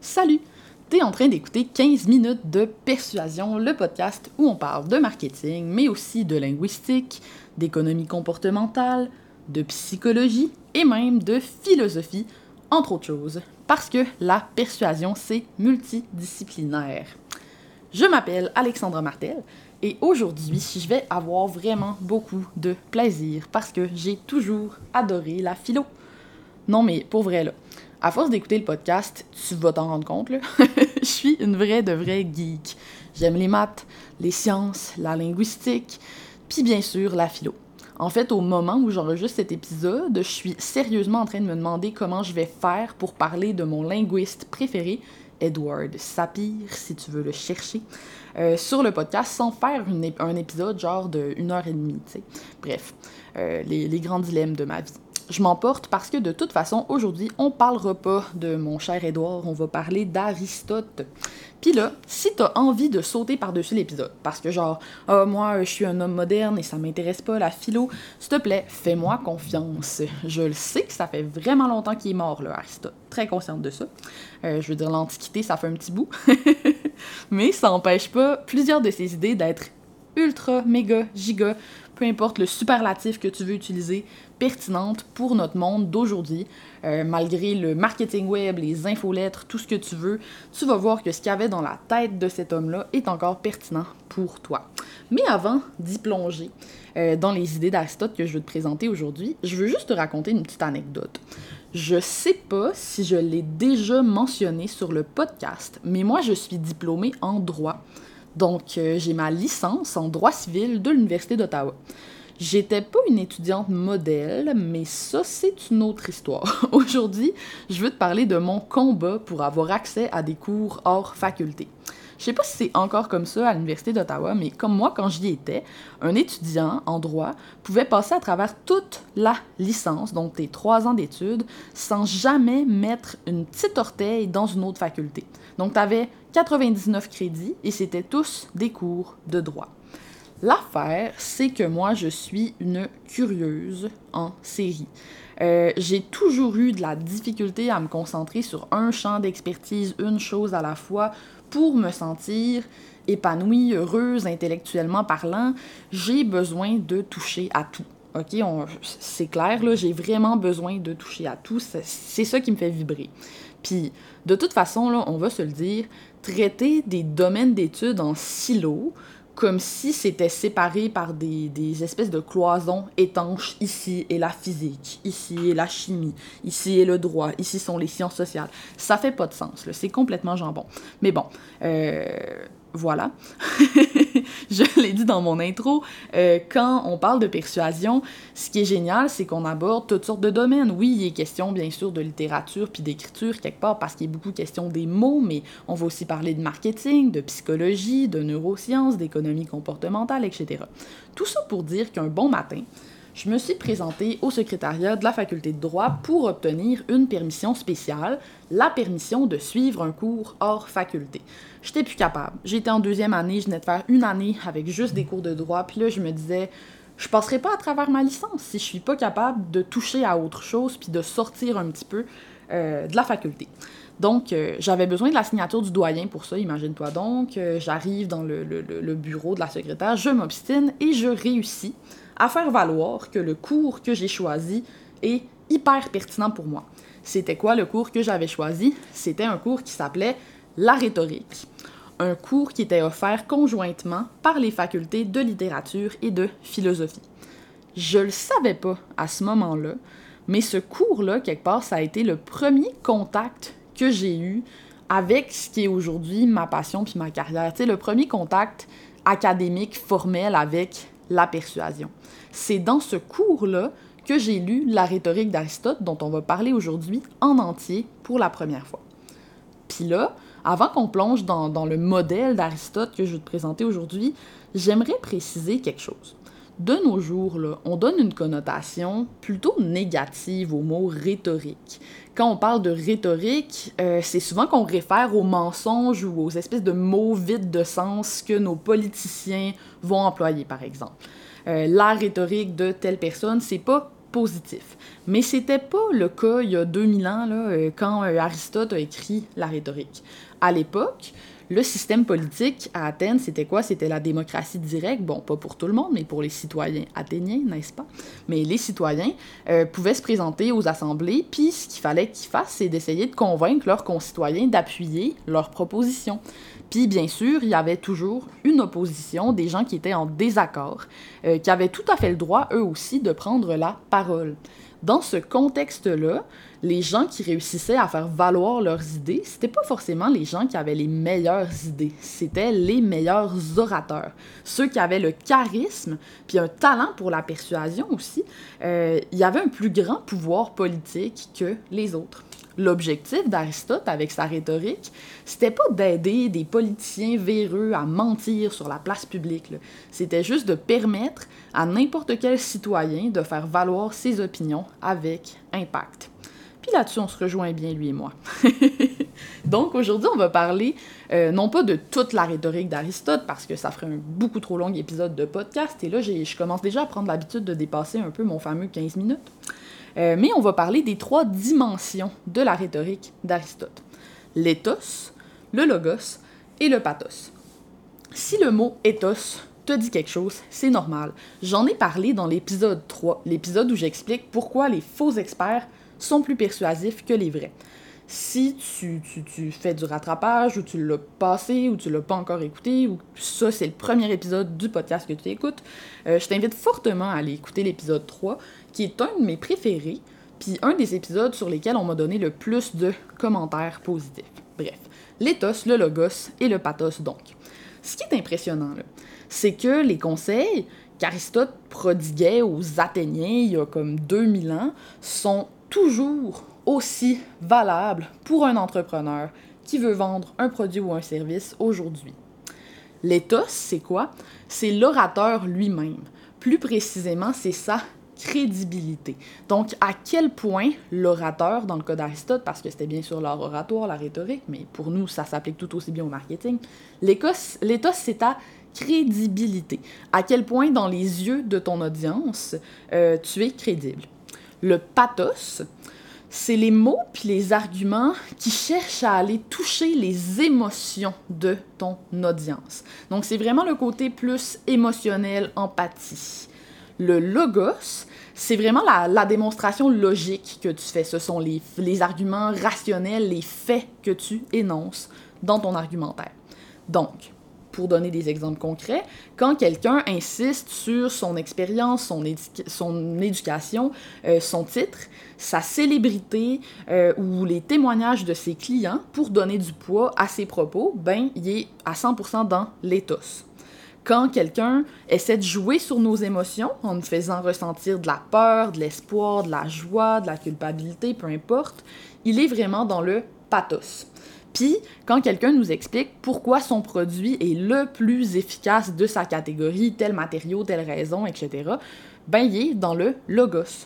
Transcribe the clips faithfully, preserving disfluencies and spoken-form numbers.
Salut! T'es en train d'écouter quinze minutes de Persuasion, le podcast où on parle de marketing, mais aussi de linguistique, d'économie comportementale, de psychologie et même de philosophie, entre autres choses, parce que la persuasion, c'est multidisciplinaire. Je m'appelle Alexandra Martel et aujourd'hui, je vais avoir vraiment beaucoup de plaisir parce que j'ai toujours adoré la philo. Non mais pour vrai là, à force d'écouter le podcast, tu vas t'en rendre compte là, je suis une vraie de vraie geek. J'aime les maths, les sciences, la linguistique, puis bien sûr la philo. En fait, au moment où j'enregistre cet épisode, je suis sérieusement en train de me demander comment je vais faire pour parler de mon linguiste préféré, Edward Sapir, si tu veux le chercher, euh, sur le podcast sans faire une, un épisode genre de une heure et demie, tu sais. Bref, euh, les, les grands dilemmes de ma vie. Je m'emporte parce que de toute façon, aujourd'hui, on parlera pas de mon cher Édouard, on va parler d'Aristote. Pis là, si t'as envie de sauter par-dessus l'épisode, parce que genre, ah, oh, moi, je suis un homme moderne et ça m'intéresse pas la philo, s'il te plaît, fais-moi confiance. Je le sais que ça fait vraiment longtemps qu'il est mort, là, Aristote. Très consciente de ça. Euh, je veux dire, l'Antiquité, ça fait un petit bout. Mais ça n'empêche pas plusieurs de ses idées d'être ultra, méga, giga, peu importe le superlatif que tu veux utiliser, pertinente pour notre monde d'aujourd'hui. Euh, malgré le marketing web, les infolettres, tout ce que tu veux, tu vas voir que ce qu'il y avait dans la tête de cet homme-là est encore pertinent pour toi. Mais avant d'y plonger euh, dans les idées d'Aristote que je veux te présenter aujourd'hui, je veux juste te raconter une petite anecdote. Je sais pas si je l'ai déjà mentionné sur le podcast, mais moi je suis diplômée en droit. Donc, euh, j'ai ma licence en droit civil de l'Université d'Ottawa. J'étais pas une étudiante modèle, mais ça, c'est une autre histoire. Aujourd'hui, je veux te parler de mon combat pour avoir accès à des cours hors faculté. Je sais pas si c'est encore comme ça à l'Université d'Ottawa, mais comme moi, quand j'y étais, un étudiant en droit pouvait passer à travers toute la licence, donc tes trois ans d'études, sans jamais mettre une petite orteille dans une autre faculté. Donc, tu avais quatre-vingt-dix-neuf crédits et c'était tous des cours de droit. L'affaire, c'est que moi, je suis une curieuse en série. Euh, j'ai toujours eu de la difficulté à me concentrer sur un champ d'expertise, une chose à la fois, pour me sentir épanouie, heureuse, intellectuellement parlant. J'ai besoin de toucher à tout. OK, on, c'est clair, là, j'ai vraiment besoin de toucher à tout. C'est, c'est ça qui me fait vibrer. Puis, de toute façon, là, on va se le dire, traiter des domaines d'études en silos, comme si c'était séparé par des, des espèces de cloisons étanches. Ici est la physique, ici est la chimie, ici est le droit, ici sont les sciences sociales. Ça fait pas de sens, là. C'est complètement jambon. Mais bon, euh, voilà. Je l'ai dit dans mon intro, euh, quand on parle de persuasion, ce qui est génial, c'est qu'on aborde toutes sortes de domaines. Oui, il est question, bien sûr, de littérature puis d'écriture, quelque part, parce qu'il est beaucoup question des mots, mais on va aussi parler de marketing, de psychologie, de neurosciences, d'économie comportementale, et cetera. Tout ça pour dire qu'un bon matin, je me suis présentée au secrétariat de la faculté de droit pour obtenir une permission spéciale, la permission de suivre un cours hors faculté. J'étais plus capable. J'étais en deuxième année, je venais de faire une année avec juste des cours de droit, puis là, je me disais, je passerai pas à travers ma licence si je suis pas capable de toucher à autre chose puis de sortir un petit peu euh, de la faculté. Donc, euh, j'avais besoin de la signature du doyen pour ça, imagine-toi donc. Euh, j'arrive dans le, le, le bureau de la secrétaire, je m'obstine et je réussis à faire valoir que le cours que j'ai choisi est hyper pertinent pour moi. C'était quoi le cours que j'avais choisi? C'était un cours qui s'appelait la rhétorique. Un cours qui était offert conjointement par les facultés de littérature et de philosophie. Je le savais pas à ce moment-là, mais ce cours-là, quelque part, ça a été le premier contact que j'ai eu avec ce qui est aujourd'hui ma passion puis ma carrière. Tu sais, le premier contact académique formel avec la persuasion. C'est dans ce cours-là que j'ai lu la rhétorique d'Aristote, dont on va parler aujourd'hui en entier pour la première fois. Puis là, avant qu'on plonge dans, dans le modèle d'Aristote que je vais te présenter aujourd'hui, j'aimerais préciser quelque chose. De nos jours, là, on donne une connotation plutôt négative au mot rhétorique. Quand on parle de rhétorique, euh, c'est souvent qu'on réfère aux mensonges ou aux espèces de mots vides de sens que nos politiciens vont employer, par exemple. Euh, la rhétorique de telle personne, c'est pas positif. Mais c'était pas le cas il y a deux mille ans, là, quand Aristote a écrit la rhétorique. À l'époque, le système politique à Athènes, c'était quoi? C'était la démocratie directe. Bon, pas pour tout le monde, mais pour les citoyens athéniens, n'est-ce pas? Mais les citoyens euh, pouvaient se présenter aux assemblées, puis ce qu'il fallait qu'ils fassent, c'est d'essayer de convaincre leurs concitoyens d'appuyer leurs propositions. Puis, bien sûr, il y avait toujours une opposition, des gens qui étaient en désaccord, euh, qui avaient tout à fait le droit, eux aussi, de prendre la parole. Dans ce contexte-là, les gens qui réussissaient à faire valoir leurs idées, c'était pas forcément les gens qui avaient les meilleures idées, c'était les meilleurs orateurs. Ceux qui avaient le charisme, puis un talent pour la persuasion aussi, euh, il y avait un plus grand pouvoir politique que les autres. L'objectif d'Aristote avec sa rhétorique, c'était pas d'aider des politiciens véreux à mentir sur la place publique, là. C'était juste de permettre à n'importe quel citoyen de faire valoir ses opinions avec impact. Puis là-dessus, on se rejoint bien, lui et moi. Donc aujourd'hui, on va parler euh, non pas de toute la rhétorique d'Aristote, parce que ça ferait un beaucoup trop long épisode de podcast, et là, j'ai, je commence déjà à prendre l'habitude de dépasser un peu mon fameux quinze minutes. Euh, mais on va parler des trois dimensions de la rhétorique d'Aristote. L'éthos, le logos et le pathos. Si le mot éthos te dit quelque chose, c'est normal. J'en ai parlé dans l'épisode trois, l'épisode où j'explique pourquoi les faux experts sont plus persuasifs que les vrais. Si tu, tu, tu fais du rattrapage, ou tu l'as passé, ou tu l'as pas encore écouté, ou ça, c'est le premier épisode du podcast que tu écoutes, euh, je t'invite fortement à aller écouter l'épisode trois, qui est un de mes préférés, puis un des épisodes sur lesquels on m'a donné le plus de commentaires positifs. Bref, l'éthos, le logos et le pathos donc. Ce qui est impressionnant, là, c'est que les conseils qu'Aristote prodiguait aux Athéniens il y a comme deux mille ans sont toujours aussi valables pour un entrepreneur qui veut vendre un produit ou un service aujourd'hui. L'éthos, c'est quoi? C'est l'orateur lui-même. Plus précisément, c'est sa crédibilité. Donc, à quel point l'orateur, dans le cas d'Aristote, parce que c'était bien sûr l'art oratoire, la rhétorique, mais pour nous, ça s'applique tout aussi bien au marketing, l'éthos, l'éthos c'est ta crédibilité. À quel point, dans les yeux de ton audience, euh, tu es crédible. Le pathos, c'est les mots puis les arguments qui cherchent à aller toucher les émotions de ton audience. Donc, c'est vraiment le côté plus émotionnel, empathie. Le logos, c'est vraiment la, la démonstration logique que tu fais. Ce sont les, les arguments rationnels, les faits que tu énonces dans ton argumentaire. Donc, pour donner des exemples concrets, quand quelqu'un insiste sur son expérience, son, édu- son éducation, euh, son titre, sa célébrité euh, ou les témoignages de ses clients pour donner du poids à ses propos, ben, il est à cent pour cent dans l'éthos. Quand quelqu'un essaie de jouer sur nos émotions en nous faisant ressentir de la peur, de l'espoir, de la joie, de la culpabilité, peu importe, il est vraiment dans le pathos. Puis, quand quelqu'un nous explique pourquoi son produit est le plus efficace de sa catégorie, tel matériau, telle raison, et cetera, ben il est dans le logos.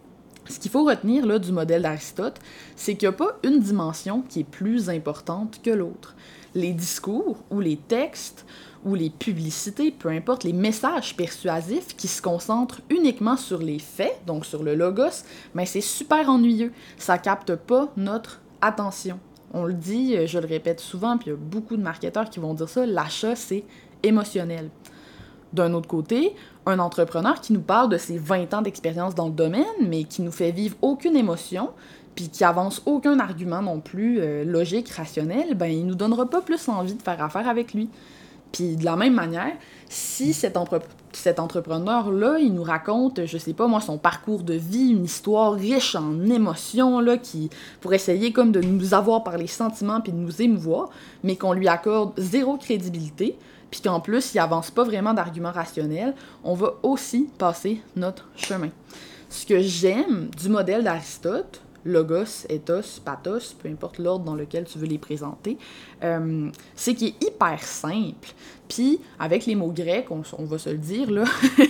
Ce qu'il faut retenir là, du modèle d'Aristote, c'est qu'il n'y a pas une dimension qui est plus importante que l'autre. Les discours ou les textes ou les publicités, peu importe, les messages persuasifs qui se concentrent uniquement sur les faits, donc sur le logos, ben c'est super ennuyeux. Ça capte pas notre attention. On le dit, je le répète souvent, puis il y a beaucoup de marketeurs qui vont dire ça, l'achat, c'est émotionnel. D'un autre côté, un entrepreneur qui nous parle de ses vingt ans d'expérience dans le domaine, mais qui nous fait vivre aucune émotion, puis qui avance aucun argument non plus euh, logique, rationnel, ben il nous donnera pas plus envie de faire affaire avec lui. Puis de la même manière, si cet, entre- cet entrepreneur-là, il nous raconte, je sais pas moi, son parcours de vie, une histoire riche en émotions, là, qui, pour essayer comme de nous avoir par les sentiments puis de nous émouvoir, mais qu'on lui accorde zéro crédibilité, puis qu'en plus, il avance pas vraiment d'arguments rationnels, on va aussi passer notre chemin. Ce que j'aime du modèle d'Aristote, logos, ethos, pathos, peu importe l'ordre dans lequel tu veux les présenter, euh, c'est qu'il est hyper simple. Puis, avec les mots grecs, on, on va se le dire, là,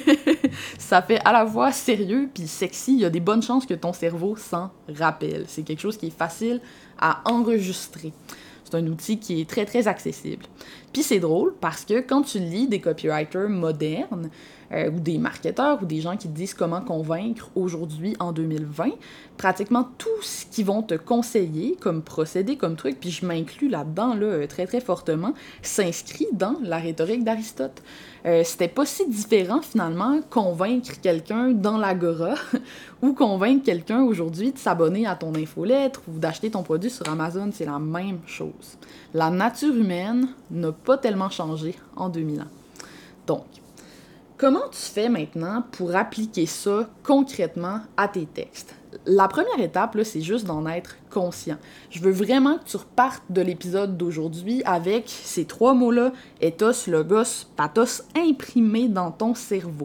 ça fait à la fois sérieux puis sexy. Il y a des bonnes chances que ton cerveau s'en rappelle. C'est quelque chose qui est facile à enregistrer. C'est un outil qui est très, très accessible. Puis c'est drôle parce que quand tu lis des copywriters modernes, euh, ou des marketeurs ou des gens qui te disent comment convaincre aujourd'hui en deux mille vingt, pratiquement tout ce qu'ils vont te conseiller comme procédé, comme truc, puis je m'inclus là-dedans là, très très fortement, s'inscrit dans la rhétorique d'Aristote. Euh, c'était pas si différent finalement convaincre quelqu'un dans l'Agora ou convaincre quelqu'un aujourd'hui de s'abonner à ton infolettre ou d'acheter ton produit sur Amazon, c'est la même chose. La nature humaine n'a pas tellement changé en deux mille ans. Donc, comment tu fais maintenant pour appliquer ça concrètement à tes textes? La première étape, là, c'est juste d'en être conscient. Je veux vraiment que tu repartes de l'épisode d'aujourd'hui avec ces trois mots-là, ethos, logos, pathos, imprimés dans ton cerveau.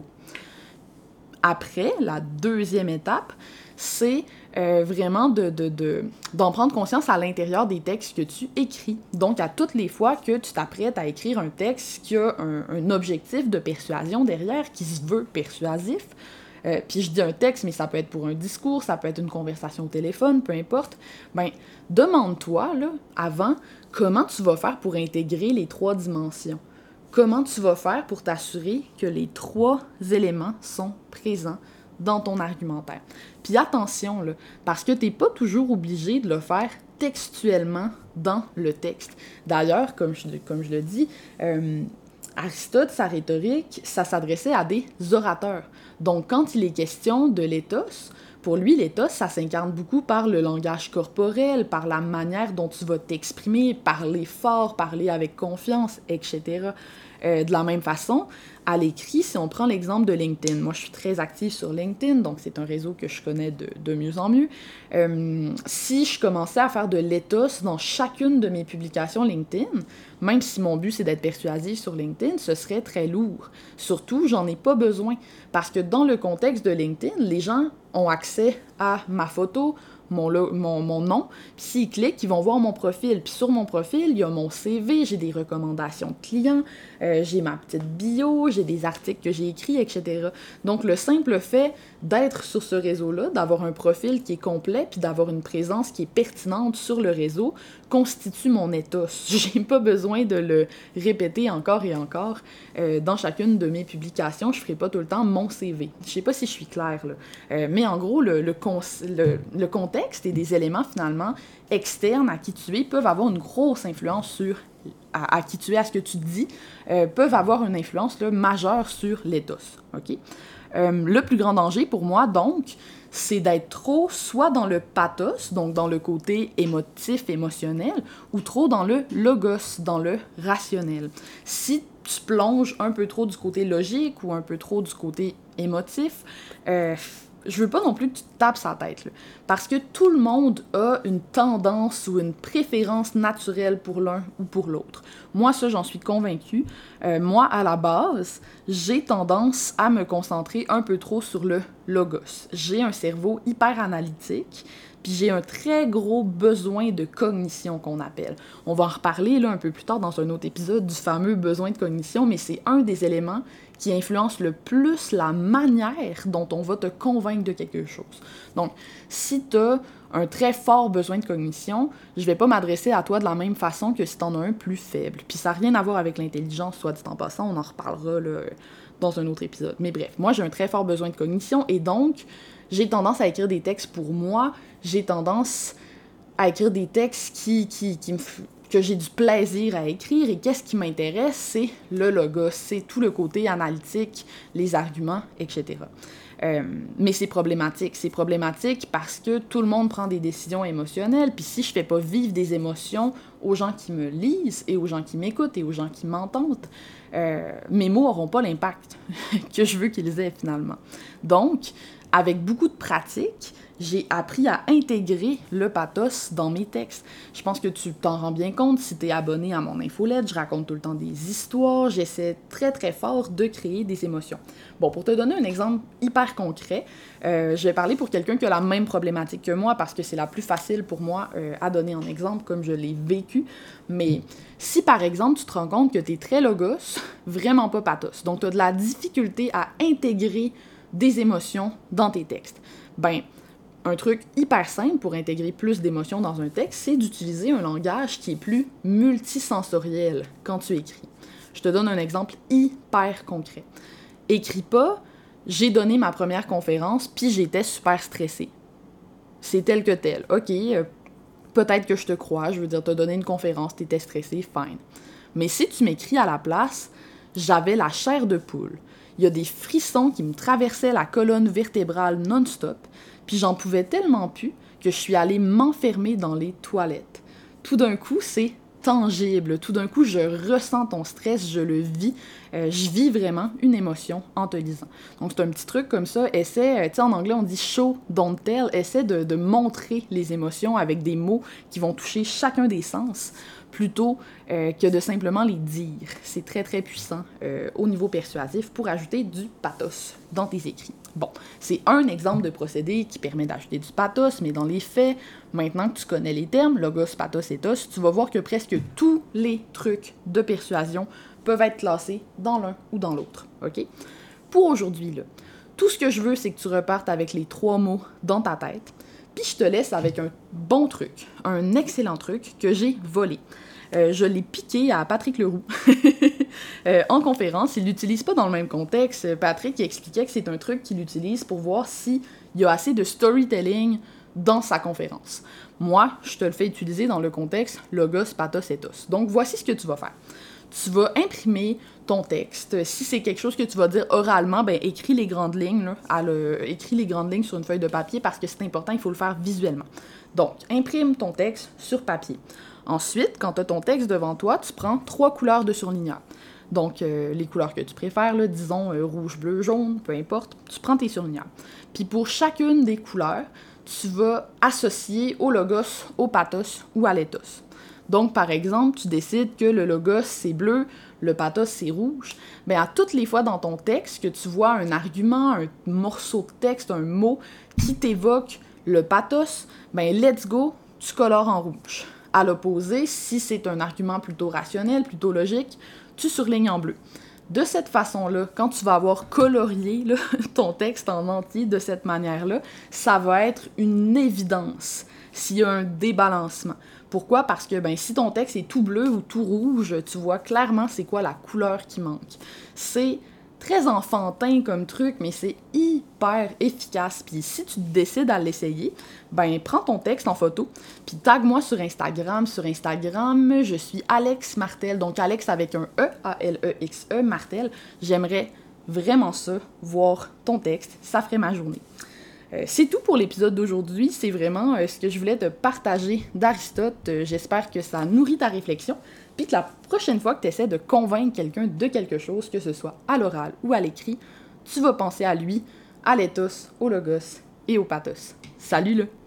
Après, la deuxième étape, c'est euh, vraiment de, de, de, d'en prendre conscience à l'intérieur des textes que tu écris. Donc, à toutes les fois que tu t'apprêtes à écrire un texte qui a un, un objectif de persuasion derrière, qui se veut persuasif, euh, puis je dis un texte, mais ça peut être pour un discours, ça peut être une conversation au téléphone, peu importe, ben, demande-toi, là, avant, comment tu vas faire pour intégrer les trois dimensions. Comment tu vas faire pour t'assurer que les trois éléments sont présents dans ton argumentaire. Puis attention, là, parce que t'es pas toujours obligé de le faire textuellement dans le texte. D'ailleurs, comme je, comme je le dis, euh, Aristote, sa rhétorique, ça s'adressait à des orateurs. Donc, quand il est question de l'éthos, pour lui, l'éthos, ça s'incarne beaucoup par le langage corporel, par la manière dont tu vas t'exprimer, parler fort, parler avec confiance, et cetera. Euh, de la même façon, à l'écrit, si on prend l'exemple de LinkedIn, moi je suis très active sur LinkedIn, donc c'est un réseau que je connais de, de mieux en mieux. Euh, si je commençais à faire de l'éthos dans chacune de mes publications LinkedIn, même si mon but c'est d'être persuasif sur LinkedIn, ce serait très lourd. Surtout, j'en ai pas besoin, parce que dans le contexte de LinkedIn, les gens ont accès à ma photo, Mon, mon, mon nom, puis s'ils cliquent, ils vont voir mon profil. Puis sur mon profil, il y a mon C V, j'ai des recommandations de clients, euh, j'ai ma petite bio, j'ai des articles que j'ai écrits, et cetera. Donc, le simple fait d'être sur ce réseau-là, d'avoir un profil qui est complet, puis d'avoir une présence qui est pertinente sur le réseau, constitue mon ethos. J'ai pas besoin de le répéter encore et encore. Euh, dans chacune de mes publications, je ferai pas tout le temps mon C V. Je sais pas si je suis claire, là. Euh, mais en gros, le, le, con- le, le contexte et des éléments finalement externes à qui tu es peuvent avoir une grosse influence sur à, à qui tu es, à ce que tu dis, euh, peuvent avoir une influence là, majeure sur l'éthos. Okay? Euh, le plus grand danger pour moi, donc, c'est d'être trop soit dans le pathos, donc dans le côté émotif, émotionnel, ou trop dans le logos, dans le rationnel. Si tu plonges un peu trop du côté logique ou un peu trop du côté émotif, euh, je veux pas non plus que tu te tapes sa tête, là, parce que tout le monde a une tendance ou une préférence naturelle pour l'un ou pour l'autre. Moi, ça, j'en suis convaincue. Euh, moi, à la base, j'ai tendance à me concentrer un peu trop sur le logos. J'ai un cerveau hyper analytique, puis j'ai un très gros besoin de cognition qu'on appelle. On va en reparler là, un peu plus tard dans un autre épisode du fameux besoin de cognition, mais c'est un des éléments qui influence le plus la manière dont on va te convaincre de quelque chose. Donc, si tu as un très fort besoin de cognition, je vais pas m'adresser à toi de la même façon que si tu en as un plus faible. Puis ça n'a rien à voir avec l'intelligence, soit dit en passant, on en reparlera là, dans un autre épisode. Mais bref, moi j'ai un très fort besoin de cognition et donc j'ai tendance à écrire des textes pour moi, j'ai tendance à écrire des textes qui, qui, qui me... que j'ai du plaisir à écrire, et qu'est-ce qui m'intéresse, c'est le logos, c'est tout le côté analytique, les arguments, et cetera. Euh, mais c'est problématique. C'est problématique parce que tout le monde prend des décisions émotionnelles, puis si je fais pas vivre des émotions aux gens qui me lisent, et aux gens qui m'écoutent, et aux gens qui m'entendent, euh, mes mots n'auront pas l'impact que je veux qu'ils aient finalement. Donc, avec beaucoup de pratique, j'ai appris à intégrer le pathos dans mes textes. Je pense que tu t'en rends bien compte si t'es abonné à mon infolette, je raconte tout le temps des histoires, j'essaie très très fort de créer des émotions. Bon, pour te donner un exemple hyper concret, euh, je vais parler pour quelqu'un qui a la même problématique que moi parce que c'est la plus facile pour moi euh, à donner en exemple comme je l'ai vécu. Mais si par exemple tu te rends compte que t'es très logos, vraiment pas pathos, donc t'as de la difficulté à intégrer des émotions dans tes textes, ben un truc hyper simple pour intégrer plus d'émotions dans un texte, c'est d'utiliser un langage qui est plus multisensoriel quand tu écris. Je te donne un exemple hyper concret. Écris pas, j'ai donné ma première conférence, puis j'étais super stressée. C'est tel que tel. OK, euh, peut-être que je te crois, je veux dire, t'as donné une conférence, t'étais stressée, fine. Mais si tu m'écris à la place, j'avais la chair de poule. Il y a des frissons qui me traversaient la colonne vertébrale non-stop, puis j'en pouvais tellement plus que je suis allée m'enfermer dans les toilettes. Tout d'un coup, c'est tangible. Tout d'un coup, je ressens ton stress, je le vis. Euh, je vis vraiment une émotion en te lisant. Donc, c'est un petit truc comme ça. Essaie, euh, tu sais, en anglais, on dit « show, don't tell ». Essaie de, de montrer les émotions avec des mots qui vont toucher chacun des sens, plutôt euh, que de simplement les dire. C'est très, très puissant euh, au niveau persuasif pour ajouter du pathos dans tes écrits. Bon, c'est un exemple de procédé qui permet d'ajouter du pathos, mais dans les faits, maintenant que tu connais les termes, logos, pathos, ethos, tu vas voir que presque tous les trucs de persuasion peuvent être classés dans l'un ou dans l'autre, OK? Pour aujourd'hui, là, tout ce que je veux, c'est que tu repartes avec les trois mots dans ta tête, puis je te laisse avec un bon truc, un excellent truc que j'ai volé. Euh, je l'ai piqué à Patrick Leroux euh, en conférence. Il ne l'utilise pas dans le même contexte. Patrick il expliquait que c'est un truc qu'il utilise pour voir s'il y a assez de storytelling dans sa conférence. Moi, je te le fais utiliser dans le contexte logos, pathos, ethos. Donc, voici ce que tu vas faire. Tu vas imprimer ton texte. Si c'est quelque chose que tu vas dire oralement, ben écris les grandes lignes, là, à le, écris les grandes lignes sur une feuille de papier parce que c'est important, il faut le faire visuellement. Donc, imprime ton texte sur papier. Ensuite, quand tu as ton texte devant toi, tu prends trois couleurs de surligneur. Donc, euh, les couleurs que tu préfères, là, disons euh, rouge, bleu, jaune, peu importe, tu prends tes surligneurs. Puis pour chacune des couleurs, tu vas associer au logos, au pathos ou à l'ethos. Donc, par exemple, tu décides que le logos, c'est bleu, le pathos, c'est rouge. Bien, à toutes les fois dans ton texte que tu vois un argument, un morceau de texte, un mot qui t'évoque le pathos, bien, let's go, tu colores en rouge. À l'opposé, si c'est un argument plutôt rationnel, plutôt logique, tu surlignes en bleu. De cette façon-là, quand tu vas avoir colorié là, ton texte en entier de cette manière-là, ça va être une évidence s'il y a un débalancement. Pourquoi? Parce que ben, si ton texte est tout bleu ou tout rouge, tu vois clairement c'est quoi la couleur qui manque. C'est très enfantin comme truc, mais c'est hyper efficace. Puis si tu décides à l'essayer, ben prends ton texte en photo, puis tag-moi sur Instagram. Sur Instagram, je suis Alex Martel, donc Alex avec un E, A L E X E, Martel. J'aimerais vraiment ça, voir ton texte, ça ferait ma journée. Euh, c'est tout pour l'épisode d'aujourd'hui, c'est vraiment euh, ce que je voulais te partager d'Aristote. Euh, j'espère que ça nourrit ta réflexion, puis que la prochaine fois que tu essaies de convaincre quelqu'un de quelque chose, que ce soit à l'oral ou à l'écrit, tu vas penser à lui, à l'ethos, au logos et au pathos. Salut là!